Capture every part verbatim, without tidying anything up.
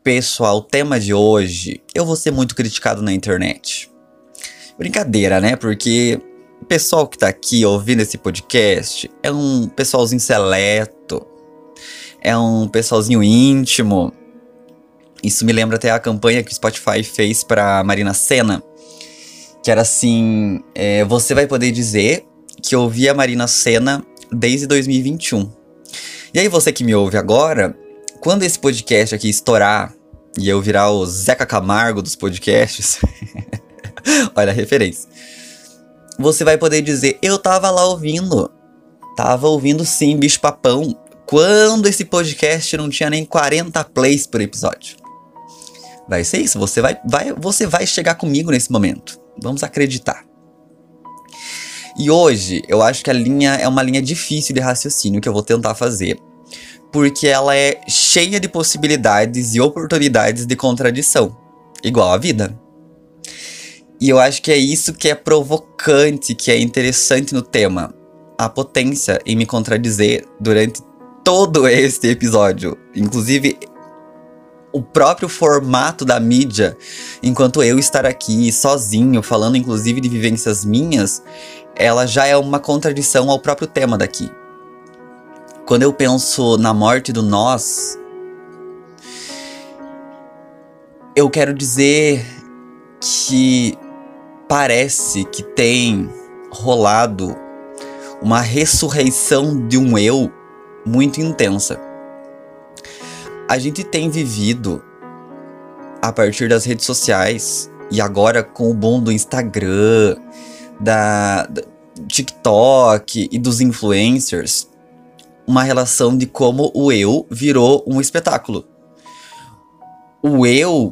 Pessoal, o tema de hoje, eu vou ser muito criticado na internet. Brincadeira, né? Porque o pessoal que tá aqui ouvindo esse podcast é um pessoalzinho seleto, é um pessoalzinho íntimo. Isso me lembra até a campanha que o Spotify fez pra Marina Sena, que era assim, é, você vai poder dizer que ouvi a Marina Sena desde dois mil e vinte e um. E aí você que me ouve agora, quando esse podcast aqui estourar e eu virar o Zeca Camargo dos podcasts, olha a referência, você vai poder dizer, eu tava lá ouvindo, tava ouvindo sim, bicho papão, quando esse podcast não tinha nem quarenta plays por episódio. Vai ser isso, você vai, vai, você vai chegar comigo nesse momento, vamos acreditar. E hoje, eu acho que a linha é uma linha difícil de raciocínio que eu vou tentar fazer, porque ela é cheia de possibilidades e oportunidades de contradição, igual a vida. E eu acho que é isso que é provocante, que é interessante no tema, a potência em me contradizer durante todo este episódio, inclusive o próprio formato da mídia, enquanto eu estar aqui sozinho, falando inclusive de vivências minhas, ela já é uma contradição ao próprio tema daqui. Quando eu penso na morte do nós, eu quero dizer que parece que tem rolado uma ressurreição de um eu muito intensa. A gente tem vivido, a partir das redes sociais, e agora com o boom do Instagram, da, da TikTok e dos influencers, uma relação de como o eu virou um espetáculo. O eu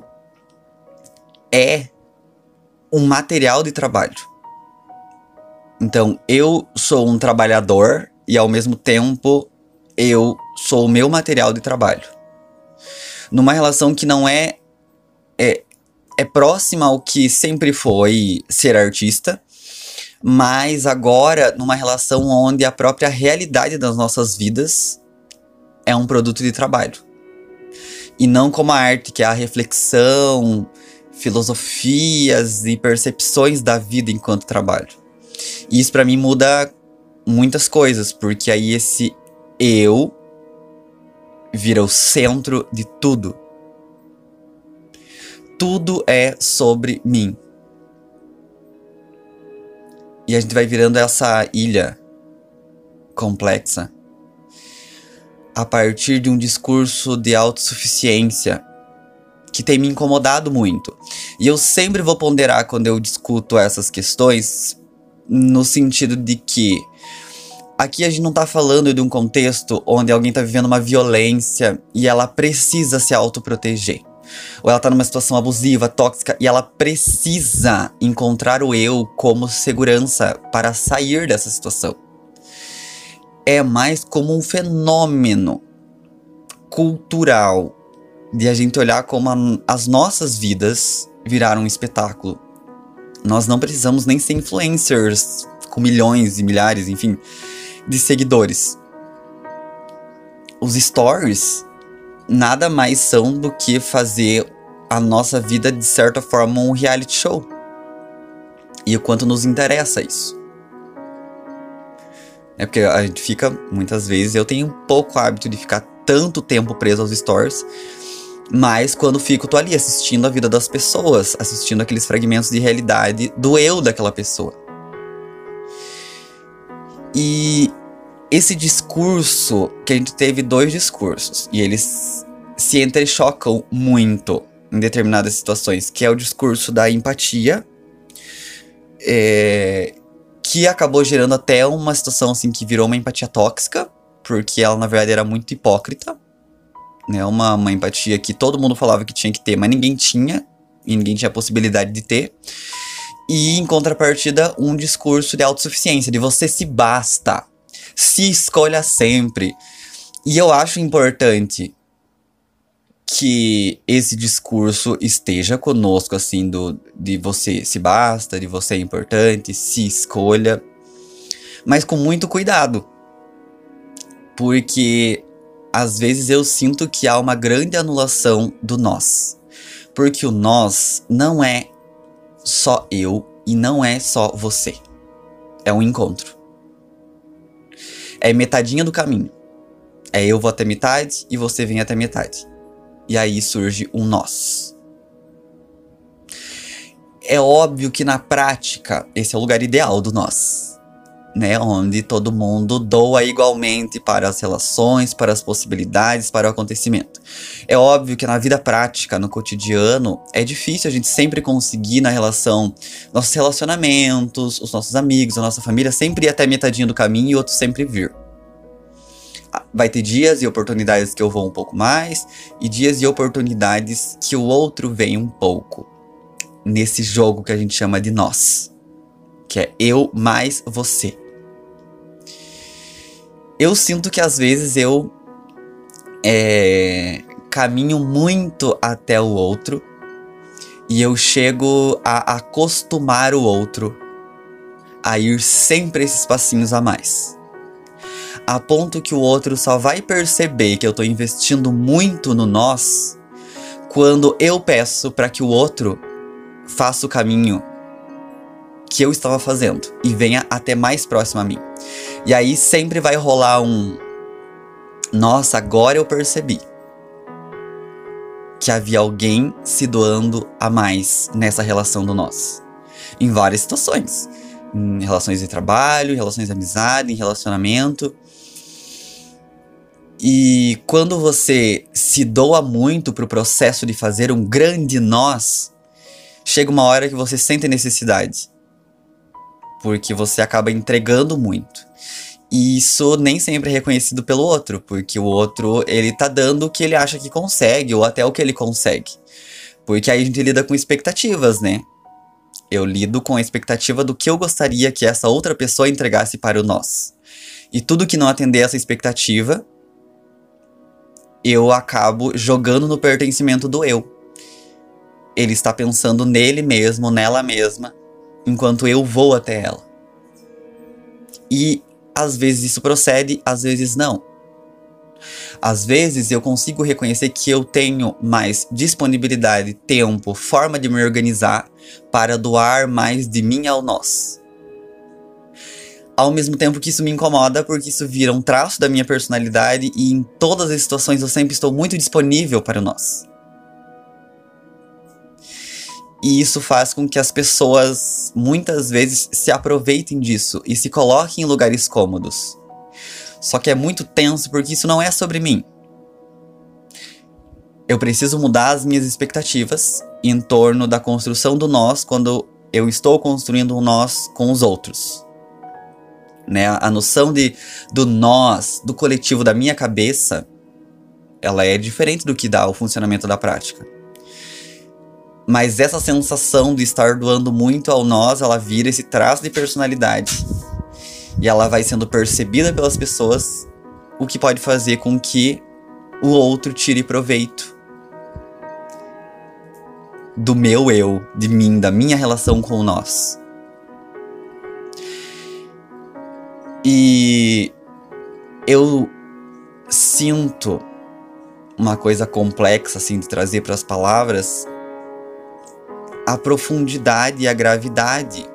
é um material de trabalho. Então, eu sou um trabalhador e, ao mesmo tempo, eu sou o meu material de trabalho. Numa relação que não é, é, é próxima ao que sempre foi ser artista, mas agora numa relação onde a própria realidade das nossas vidas é um produto de trabalho. E não como a arte, que é a reflexão, filosofias e percepções da vida enquanto trabalho. E isso pra mim muda muitas coisas, porque aí esse eu vira o centro de tudo. Tudo é sobre mim. E a gente vai virando essa ilha complexa a partir de um discurso de autossuficiência que tem me incomodado muito. E eu sempre vou ponderar quando eu discuto essas questões no sentido de que aqui a gente não tá falando de um contexto onde alguém tá vivendo uma violência e ela precisa se autoproteger. Ou ela tá numa situação abusiva, tóxica, e ela precisa encontrar o eu como segurança para sair dessa situação. É mais como um fenômeno cultural de a gente olhar como a, as nossas vidas viraram um espetáculo. Nós não precisamos nem ser influencers com milhões e milhares, enfim, de seguidores. Os stories nada mais são do que fazer a nossa vida, de certa forma, um reality show. E o quanto nos interessa isso. É porque a gente fica, muitas vezes, eu tenho um pouco hábito de ficar tanto tempo preso aos stories, mas quando fico, tô ali assistindo a vida das pessoas, assistindo aqueles fragmentos de realidade do eu daquela pessoa. E esse discurso, que a gente teve dois discursos, e eles se entrechocam muito em determinadas situações, que é o discurso da empatia, é, que acabou gerando até uma situação assim que virou uma empatia tóxica, porque ela na verdade era muito hipócrita, né? Uma, uma empatia que todo mundo falava que tinha que ter, mas ninguém tinha, e ninguém tinha a possibilidade de ter. E em contrapartida, um discurso de autossuficiência, de você se basta, se escolha sempre. E eu acho importante que esse discurso esteja conosco, assim, do, de você se basta, de você é importante, se escolha, mas com muito cuidado. Porque às vezes eu sinto que há uma grande anulação do nós. Porque o nós não é só eu e não é só você. É um encontro. É metadinha do caminho. É eu vou até metade e você vem até metade. E aí surge um nós. É óbvio que na prática esse é o lugar ideal do nós, né? Onde todo mundo doa igualmente para as relações, para as possibilidades, para o acontecimento. É óbvio que na vida prática, no cotidiano, é difícil a gente sempre conseguir na relação, nossos relacionamentos, os nossos amigos, a nossa família, sempre ir até metadinha do caminho e outro sempre vir. Vai ter dias e oportunidades que eu vou um pouco mais, e dias e oportunidades que o outro vem um pouco. Nesse jogo que a gente chama de nós. Que é eu mais você. Eu sinto que às vezes eu é, caminho muito até o outro. E eu chego a acostumar o outro a ir sempre esses passinhos a mais. A ponto que o outro só vai perceber que eu tô investindo muito no nós quando eu peço para que o outro faça o caminho que eu estava fazendo e venha até mais próximo a mim. E aí sempre vai rolar um... Nossa, agora eu percebi que havia alguém se doando a mais nessa relação do nós. Em várias situações. Em relações de trabalho, em relações de amizade, em relacionamento. E quando você se doa muito pro processo de fazer um grande nós, chega uma hora que você sente necessidade. Porque você acaba entregando muito. E isso nem sempre é reconhecido pelo outro. Porque o outro, ele tá dando o que ele acha que consegue. Ou até o que ele consegue. Porque aí a gente lida com expectativas, né? Eu lido com a expectativa do que eu gostaria que essa outra pessoa entregasse para o nós. E tudo que não atender essa expectativa, eu acabo jogando no pertencimento do eu. Ele está pensando nele mesmo, nela mesma, enquanto eu vou até ela. E às vezes isso procede, às vezes não. Às vezes eu consigo reconhecer que eu tenho mais disponibilidade, tempo, forma de me organizar para doar mais de mim ao nós. Ao mesmo tempo que isso me incomoda, porque isso vira um traço da minha personalidade e em todas as situações eu sempre estou muito disponível para o nós. E isso faz com que as pessoas, muitas vezes, se aproveitem disso e se coloquem em lugares cômodos. Só que é muito tenso porque isso não é sobre mim. Eu preciso mudar as minhas expectativas em torno da construção do nós quando eu estou construindo um nós com os outros. Né? A noção de, do nós, do coletivo da minha cabeça, ela é diferente do que dá o funcionamento da prática. Mas essa sensação de estar doando muito ao nós, ela vira esse traço de personalidade. E ela vai sendo percebida pelas pessoas, o que pode fazer com que o outro tire proveito do meu eu, de mim, da minha relação com o nós. E eu sinto uma coisa complexa assim de trazer para as palavras, a profundidade e a gravidade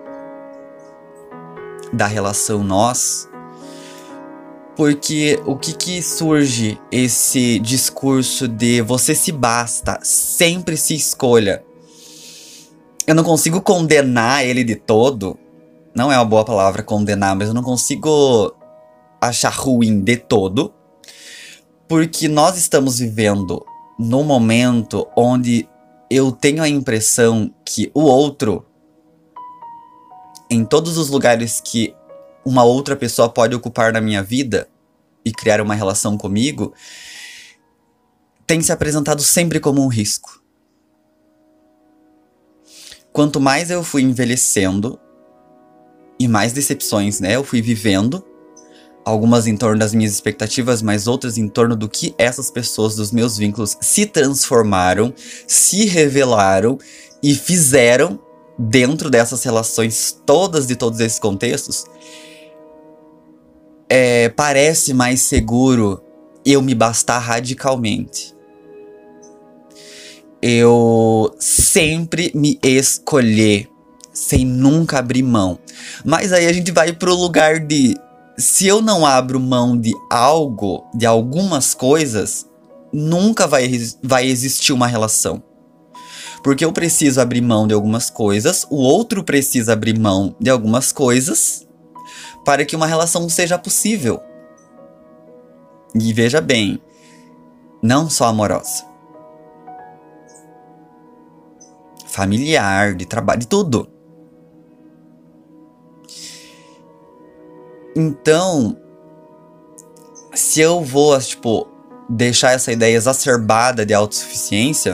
da relação nós, porque o que que surge esse discurso de você se basta, sempre se escolha. Eu não consigo condenar ele de todo, não é uma boa palavra condenar, mas eu não consigo achar ruim de todo, porque nós estamos vivendo num momento onde eu tenho a impressão que o outro, em todos os lugares que uma outra pessoa pode ocupar na minha vida e criar uma relação comigo, tem se apresentado sempre como um risco. Quanto mais eu fui envelhecendo e mais decepções, né, eu fui vivendo, algumas em torno das minhas expectativas, mas outras em torno do que essas pessoas dos meus vínculos se transformaram, se revelaram e fizeram dentro dessas relações todas, de todos esses contextos, é, parece mais seguro eu me bastar radicalmente. Eu sempre me escolher, sem nunca abrir mão. Mas aí a gente vai pro lugar de, se eu não abro mão de algo, de algumas coisas, nunca vai, vai existir uma relação. Porque eu preciso abrir mão de algumas coisas, o outro precisa abrir mão de algumas coisas, para que uma relação seja possível. E veja bem, não só amorosa. Familiar, de trabalho, de tudo. Então, se eu vou, tipo, deixar essa ideia exacerbada de autossuficiência,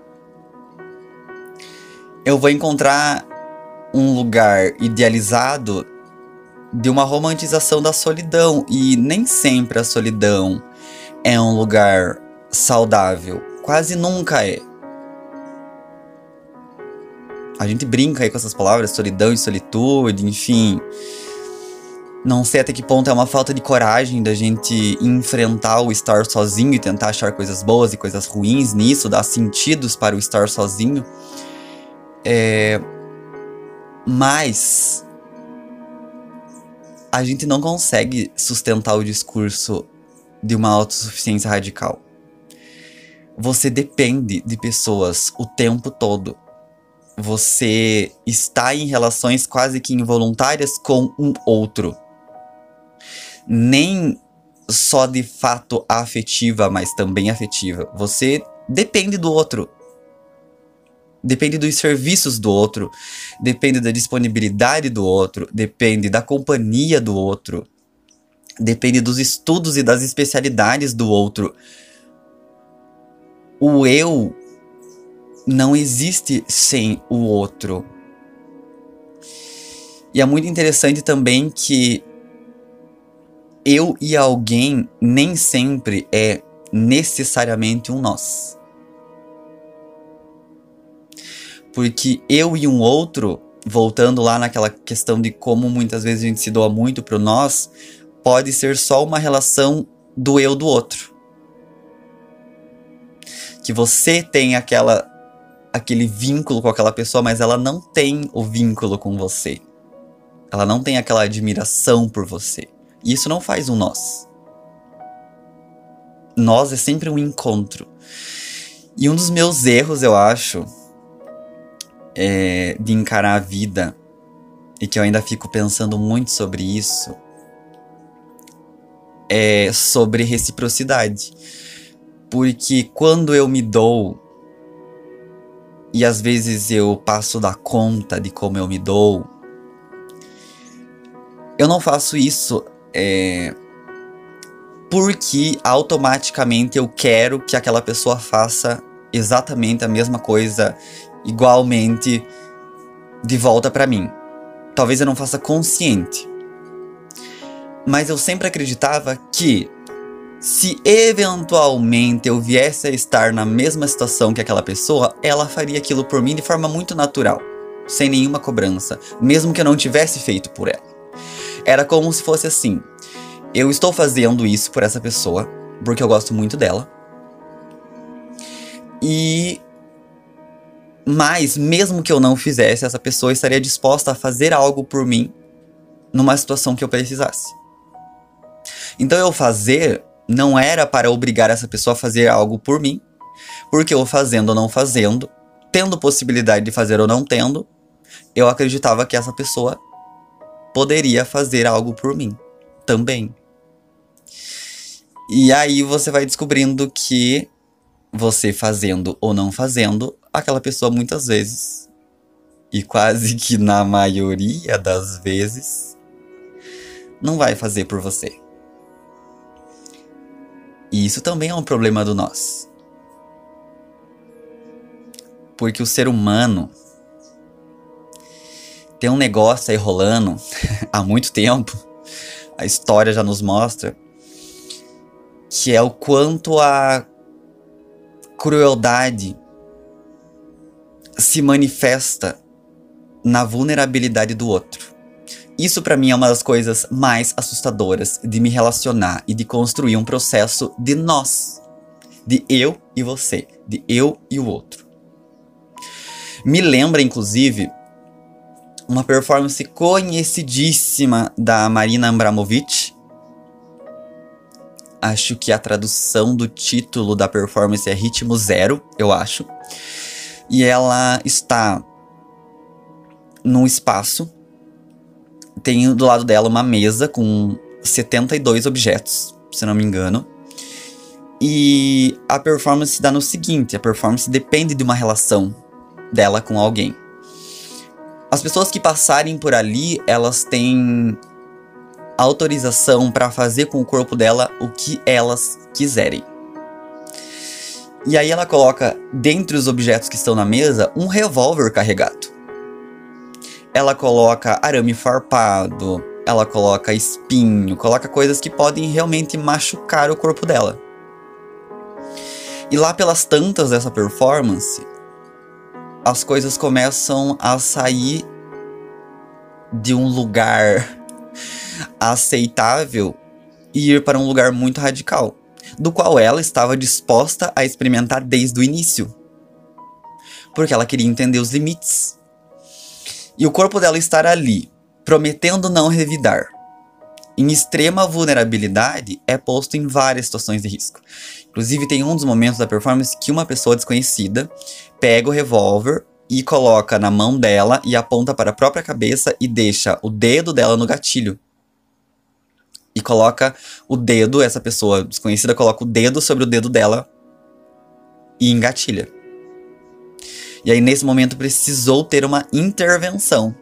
eu vou encontrar um lugar idealizado de uma romantização da solidão. E nem sempre a solidão é um lugar saudável. Quase nunca é. A gente brinca aí com essas palavras, solidão e solitude, enfim. Não sei até que ponto é uma falta de coragem da gente enfrentar o estar sozinho e tentar achar coisas boas e coisas ruins nisso, dar sentidos para o estar sozinho. É... Mas a gente não consegue sustentar o discurso de uma autossuficiência radical. Você depende de pessoas o tempo todo. Você está em relações quase que involuntárias com um outro. Nem só de fato afetiva, mas também afetiva. Você depende do outro. Depende dos serviços do outro. Depende da disponibilidade do outro. Depende da companhia do outro. Depende dos estudos e das especialidades do outro. O eu não existe sem o outro. E é muito interessante também que eu e alguém nem sempre é necessariamente um nós. Porque eu e um outro, voltando lá naquela questão de como muitas vezes a gente se doa muito pro nós, pode ser só uma relação do eu do outro. Que você tem aquela aquele vínculo com aquela pessoa, mas ela não tem o vínculo com você. Ela não tem aquela admiração por você. E isso não faz um nós. Nós é sempre um encontro. E um dos meus erros, eu acho, é de encarar a vida, e que eu ainda fico pensando muito sobre isso, é sobre reciprocidade. Porque quando eu me dou, e às vezes eu passo da conta de como eu me dou, eu não faço isso é, porque automaticamente eu quero que aquela pessoa faça exatamente a mesma coisa, igualmente, de volta pra mim. Talvez eu não faça consciente. Mas eu sempre acreditava que, se eventualmente eu viesse a estar na mesma situação que aquela pessoa, ela faria aquilo por mim de forma muito natural, sem nenhuma cobrança, mesmo que eu não tivesse feito por ela. Era como se fosse assim: eu estou fazendo isso por essa pessoa, porque eu gosto muito dela. E... Mas, mesmo que eu não fizesse, essa pessoa estaria disposta a fazer algo por mim numa situação que eu precisasse. Então eu fazer não era para obrigar essa pessoa a fazer algo por mim, porque eu fazendo ou não fazendo, tendo possibilidade de fazer ou não tendo, eu acreditava que essa pessoa poderia fazer algo por mim também. E aí você vai descobrindo que você fazendo ou não fazendo, aquela pessoa muitas vezes, e quase que na maioria das vezes, não vai fazer por você. E isso também é um problema do nós. Porque o ser humano tem um negócio aí rolando há muito tempo, a história já nos mostra, que é o quanto a crueldade se manifesta na vulnerabilidade do outro. Isso pra mim é uma das coisas mais assustadoras de me relacionar e de construir um processo de nós, de eu e você, de eu e o outro. Me lembra, inclusive, uma performance conhecidíssima da Marina Abramovic. Acho que a tradução do título da performance é Ritmo Zero, eu acho. E ela está num espaço. Tem do lado dela uma mesa com setenta e dois objetos, se não me engano. E a performance dá no seguinte: a performance depende de uma relação dela com alguém. As pessoas que passarem por ali, elas têm autorização para fazer com o corpo dela o que elas quiserem. E aí ela coloca, dentre os objetos que estão na mesa, um revólver carregado. Ela coloca arame farpado, ela coloca espinho, coloca coisas que podem realmente machucar o corpo dela. E lá pelas tantas dessa performance, as coisas começam a sair de um lugar aceitável e ir para um lugar muito radical, do qual ela estava disposta a experimentar desde o início, porque ela queria entender os limites. E o corpo dela estar ali, prometendo não revidar, em extrema vulnerabilidade, é posto em várias situações de risco. Inclusive, tem um dos momentos da performance que uma pessoa desconhecida pega o revólver e coloca na mão dela e aponta para a própria cabeça e deixa o dedo dela no gatilho. E coloca o dedo, essa pessoa desconhecida coloca o dedo sobre o dedo dela e engatilha. E aí, nesse momento, precisou ter uma intervenção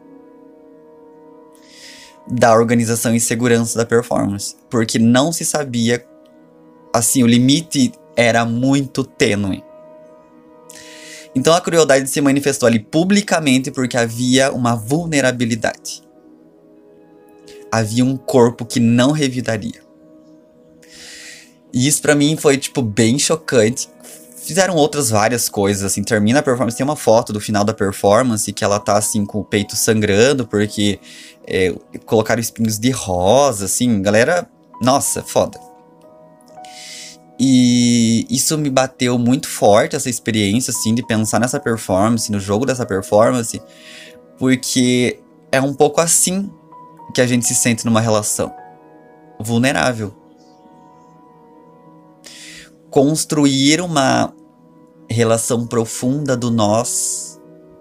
da organização e segurança da performance, porque não se sabia, assim, o limite era muito tênue. Então a crueldade se manifestou ali publicamente porque havia uma vulnerabilidade. Havia um corpo que não revidaria. E isso pra mim foi, tipo, bem chocante. Fizeram outras várias coisas, assim, termina a performance, tem uma foto do final da performance que ela tá, assim, com o peito sangrando, porque é, colocaram espinhos de rosa, assim, galera, nossa, foda. E isso me bateu muito forte, essa experiência, assim, de pensar nessa performance, no jogo dessa performance, porque é um pouco assim que a gente se sente numa relação vulnerável. Construir uma relação profunda do nós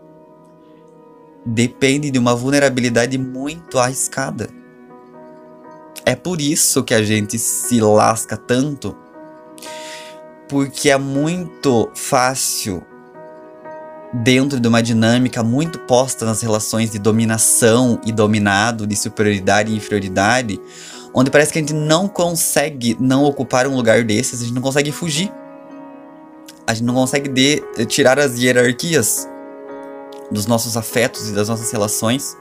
depende de uma vulnerabilidade muito arriscada. É por isso que a gente se lasca tanto, porque é muito fácil, dentro de uma dinâmica muito posta nas relações de dominação e dominado, de superioridade e inferioridade, onde parece que a gente não consegue não ocupar um lugar desses, a gente não consegue fugir. A gente não consegue de, tirar as hierarquias dos nossos afetos e das nossas relações.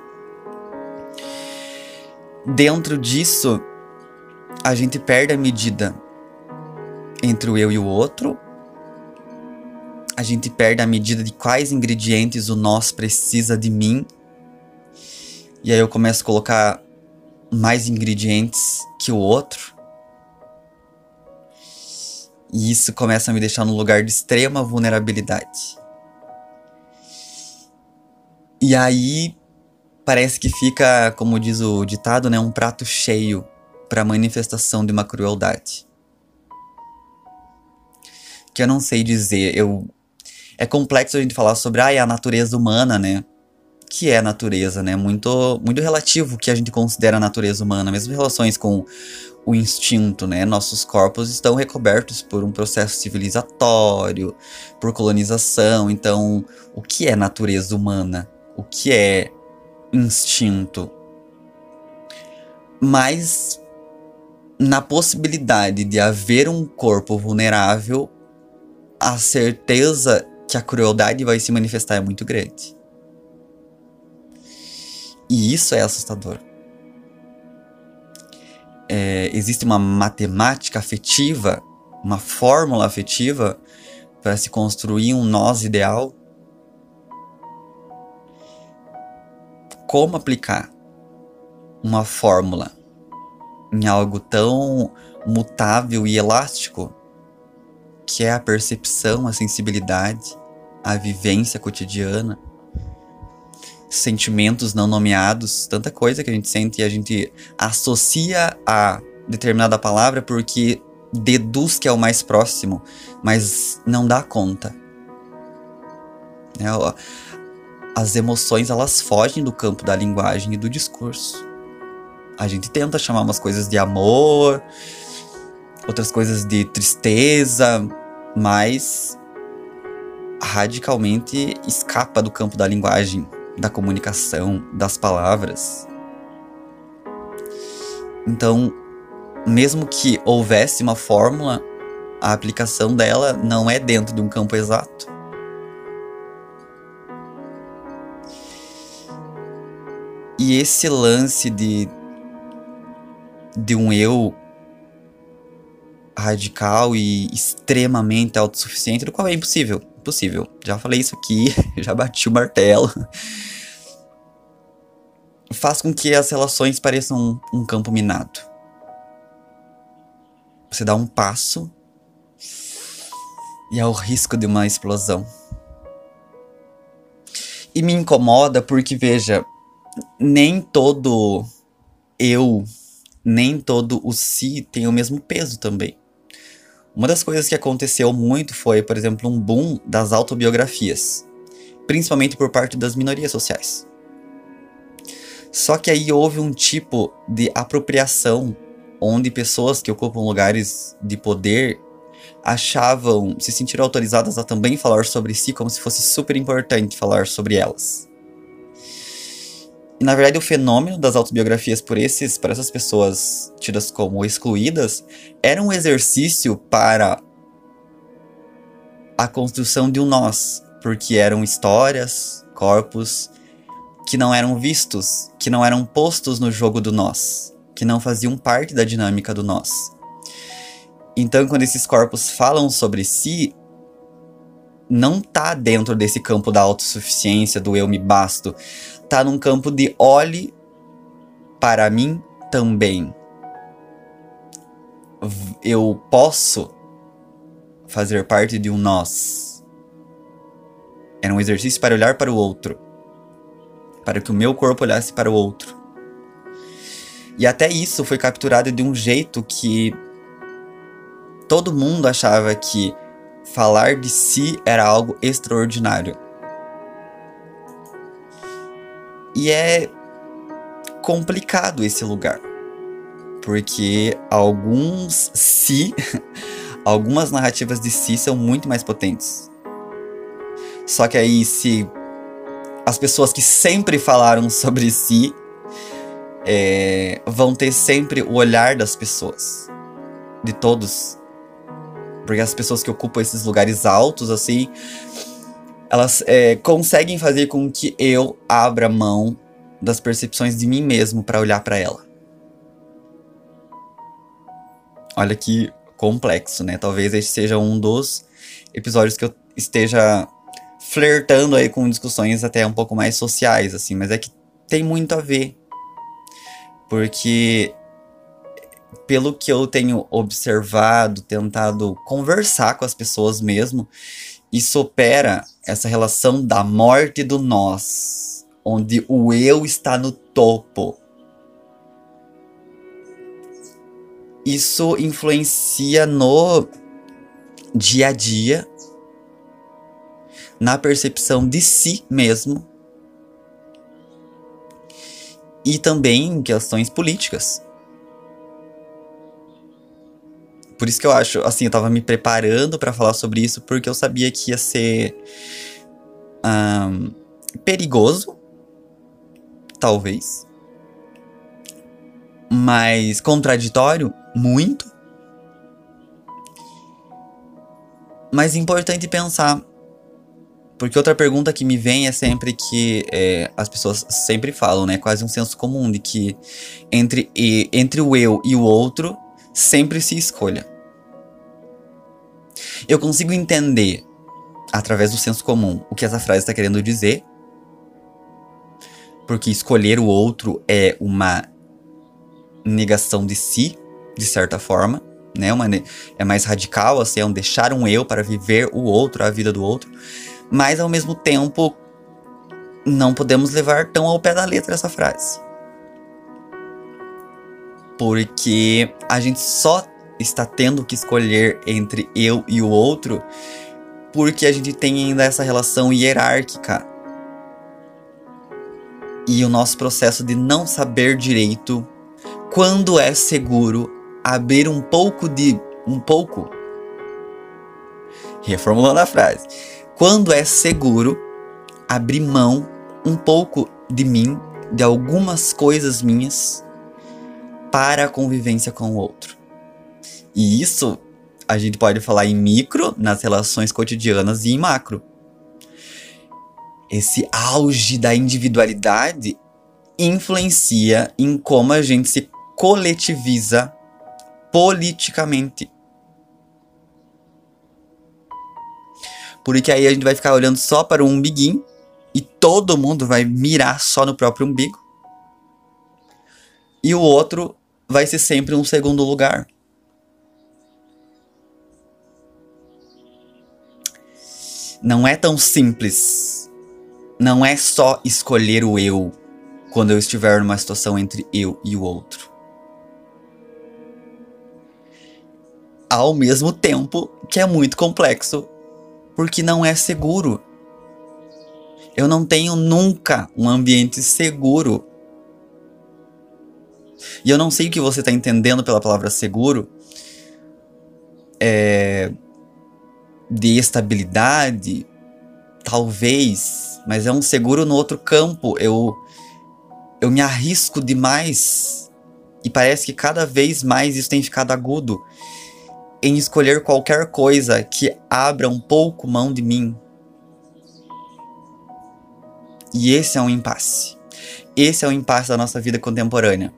Dentro disso, a gente perde a medida entre o eu e o outro. A gente perde a medida de quais ingredientes o nós precisa de mim. E aí eu começo a colocar mais ingredientes que o outro. E isso começa a me deixar num lugar de extrema vulnerabilidade. E aí parece que fica, como diz o ditado, né, um prato cheio para a manifestação de uma crueldade. Que eu não sei dizer, eu... é complexo a gente falar sobre ah, é a natureza humana, né? Que é a natureza, né? Muito, muito relativo o que a gente considera a natureza humana, mesmo em relações com o instinto, né? Nossos corpos estão recobertos por um processo civilizatório, por colonização. Então, o que é natureza humana? O que é instinto? Mas, na possibilidade de haver um corpo vulnerável, a certeza que a crueldade vai se manifestar é muito grande. E isso é assustador. É, existe uma matemática afetiva, uma fórmula afetiva para se construir um nós ideal. Como aplicar? uma fórmula em algo tão mutável e elástico que é a percepção, a sensibilidade, a vivência cotidiana, sentimentos não nomeados, tanta coisa que a gente sente e a gente associa a determinada palavra porque deduz que é o mais próximo, mas não dá conta. As emoções, elas fogem do campo da linguagem e do discurso. A gente tenta chamar umas coisas de amor, outras coisas de tristeza, mas radicalmente escapa do campo da linguagem, da comunicação, das palavras. Então, mesmo que houvesse uma fórmula, a aplicação dela não é dentro de um campo exato. E esse lance de, de um eu radical e extremamente autossuficiente, do qual é impossível. Impossível. Já falei isso aqui, já bati o martelo. Faz com que as relações pareçam um, um campo minado. Você dá um passo e há o risco de uma explosão. E me incomoda porque, veja, nem todo eu, nem todo o si tem o mesmo peso também. Uma das coisas que aconteceu muito foi, por exemplo, um boom das autobiografias, principalmente por parte das minorias sociais. Só que aí houve um tipo de apropriação, onde pessoas que ocupam lugares de poder achavam, se sentiram autorizadas a também falar sobre si, como se fosse super importante falar sobre elas. E na verdade o fenômeno das autobiografias por, esses, por essas pessoas tidas como excluídas era um exercício para a construção de um nós, porque eram histórias, corpos que não eram vistos, que não eram postos no jogo do nós, que não faziam parte da dinâmica do nós. Então, quando esses corpos falam sobre si, não tá dentro desse campo da autossuficiência, do eu me basto. Tá num campo de olhe para mim também. Eu posso fazer parte de um nós. Era um exercício para olhar para o outro. Para que o meu corpo olhasse para o outro. E até isso foi capturado de um jeito que todo mundo achava que falar de si era algo extraordinário. E é complicado esse lugar. Porque alguns si, algumas narrativas de si são muito mais potentes. Só que aí, se as pessoas que sempre falaram sobre si é, vão ter sempre o olhar das pessoas, de todos. Porque as pessoas que ocupam esses lugares altos, assim, elas é, conseguem fazer com que eu abra mão das percepções de mim mesmo para olhar para ela. Olha que complexo, né? Talvez este seja um dos episódios que eu esteja flertando aí com discussões até um pouco mais sociais, assim, mas é que tem muito a ver. Porque pelo que eu tenho observado, tentado conversar com as pessoas mesmo, isso opera essa relação da morte do nós, onde o eu está no topo. Isso influencia no dia a dia, na percepção de si mesmo, e também em questões políticas. Por isso que eu acho, assim, eu tava me preparando pra falar sobre isso, porque eu sabia que ia ser um, perigoso, talvez, mas contraditório, muito, mas importante pensar. Porque outra pergunta que me vem é sempre que é, as pessoas sempre falam, né? Quase um senso comum de que entre, e, entre o eu e o outro sempre se escolha. Eu consigo entender, através do senso comum, o que essa frase está querendo dizer. Porque escolher o outro é uma negação de si, de certa forma, né? Uma, é mais radical, assim, é um deixar um eu para viver o outro, a vida do outro. Mas, ao mesmo tempo, não podemos levar tão ao pé da letra essa frase. Porque a gente só está tendo que escolher entre eu e o outro porque a gente tem ainda essa relação hierárquica. E o nosso processo de não saber direito quando é seguro abrir um pouco de... Um pouco? Reformulando a frase. Quando é seguro abrir mão um pouco de mim, de algumas coisas minhas, para a convivência com o outro. E isso a gente pode falar em micro, nas relações cotidianas, e em macro. Esse auge da individualidade influencia em como a gente se coletiviza politicamente. Porque aí a gente vai ficar olhando só para o umbiguinho e todo mundo vai mirar só no próprio umbigo. E o outro vai ser sempre um segundo lugar. Não é tão simples. Não é só escolher o eu quando eu estiver numa situação entre eu e o outro. Ao mesmo tempo que é muito complexo, porque não é seguro. Eu não tenho nunca um ambiente seguro. E eu não sei o que você está entendendo pela palavra seguro. É... De estabilidade, talvez, mas é um seguro no outro campo. Eu, eu me arrisco demais e parece que cada vez mais isso tem ficado agudo em escolher qualquer coisa que abra um pouco mão de mim. E esse é um impasse. Esse é o impasse da nossa vida contemporânea.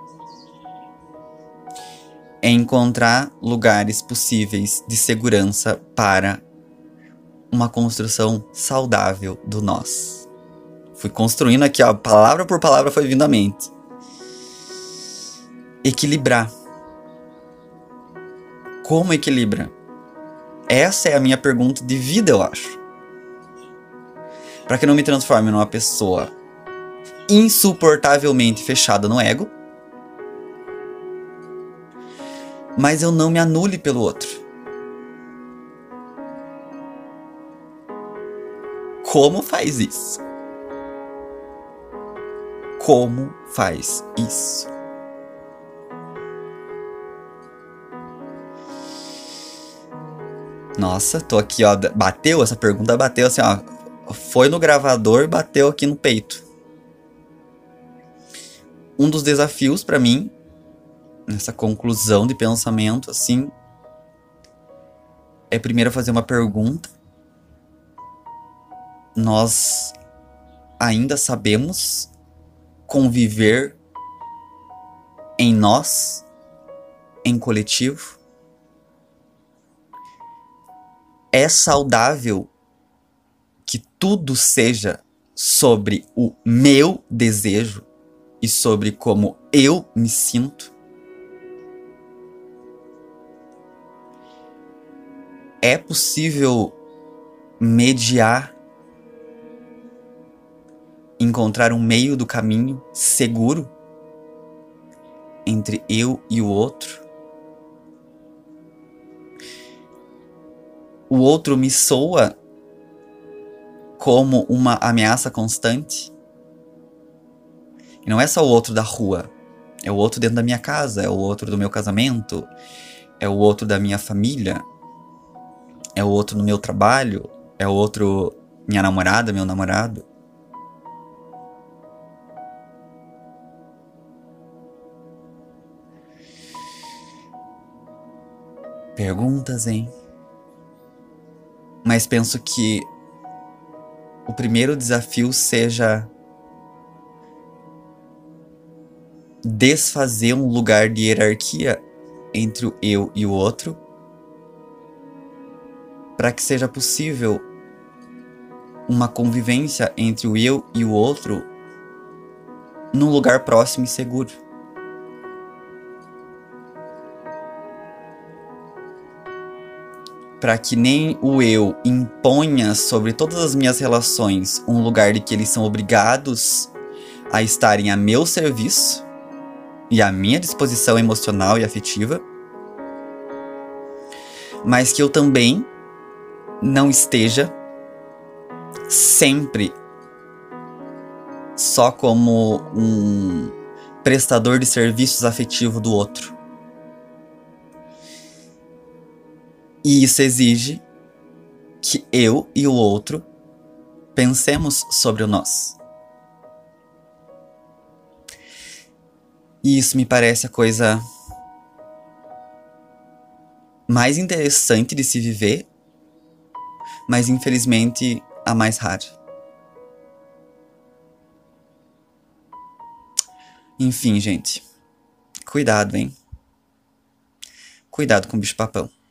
É encontrar lugares possíveis de segurança para uma construção saudável do nós. Fui construindo aqui, ó, palavra por palavra foi vindo à mente. Equilibrar. Como equilibra? Essa é a minha pergunta de vida, eu acho. Para que não me transforme numa pessoa insuportavelmente fechada no ego, mas eu não me anule pelo outro. Como faz isso? Como faz isso? Nossa, tô aqui, ó. Bateu, essa pergunta bateu assim, ó. Foi no gravador e bateu aqui no peito. Um dos desafios pra mim, nessa conclusão de pensamento, assim, é primeiro fazer uma pergunta. Nós ainda sabemos conviver em nós, em coletivo? É saudável que tudo seja sobre o meu desejo e sobre como eu me sinto? É possível mediar, encontrar um meio do caminho seguro entre eu e o outro? O outro me soa como uma ameaça constante? E não é só o outro da rua, é o outro dentro da minha casa, é o outro do meu casamento, é o outro da minha família, é o outro no meu trabalho, é o outro minha namorada, meu namorado. Perguntas, hein? Mas penso que o primeiro desafio seja desfazer um lugar de hierarquia entre o eu e o outro, para que seja possível uma convivência entre o eu e o outro num lugar próximo e seguro. para que nem o eu imponha sobre todas as minhas relações um lugar de que eles são obrigados a estarem a meu serviço e à minha disposição emocional e afetiva, mas que eu também não esteja sempre só como um prestador de serviços afetivo do outro. E isso exige que eu e o outro pensemos sobre o nós. E isso me parece a coisa mais interessante de se viver, mas infelizmente a mais rara. Enfim, gente. Cuidado, hein? Cuidado com o bicho-papão.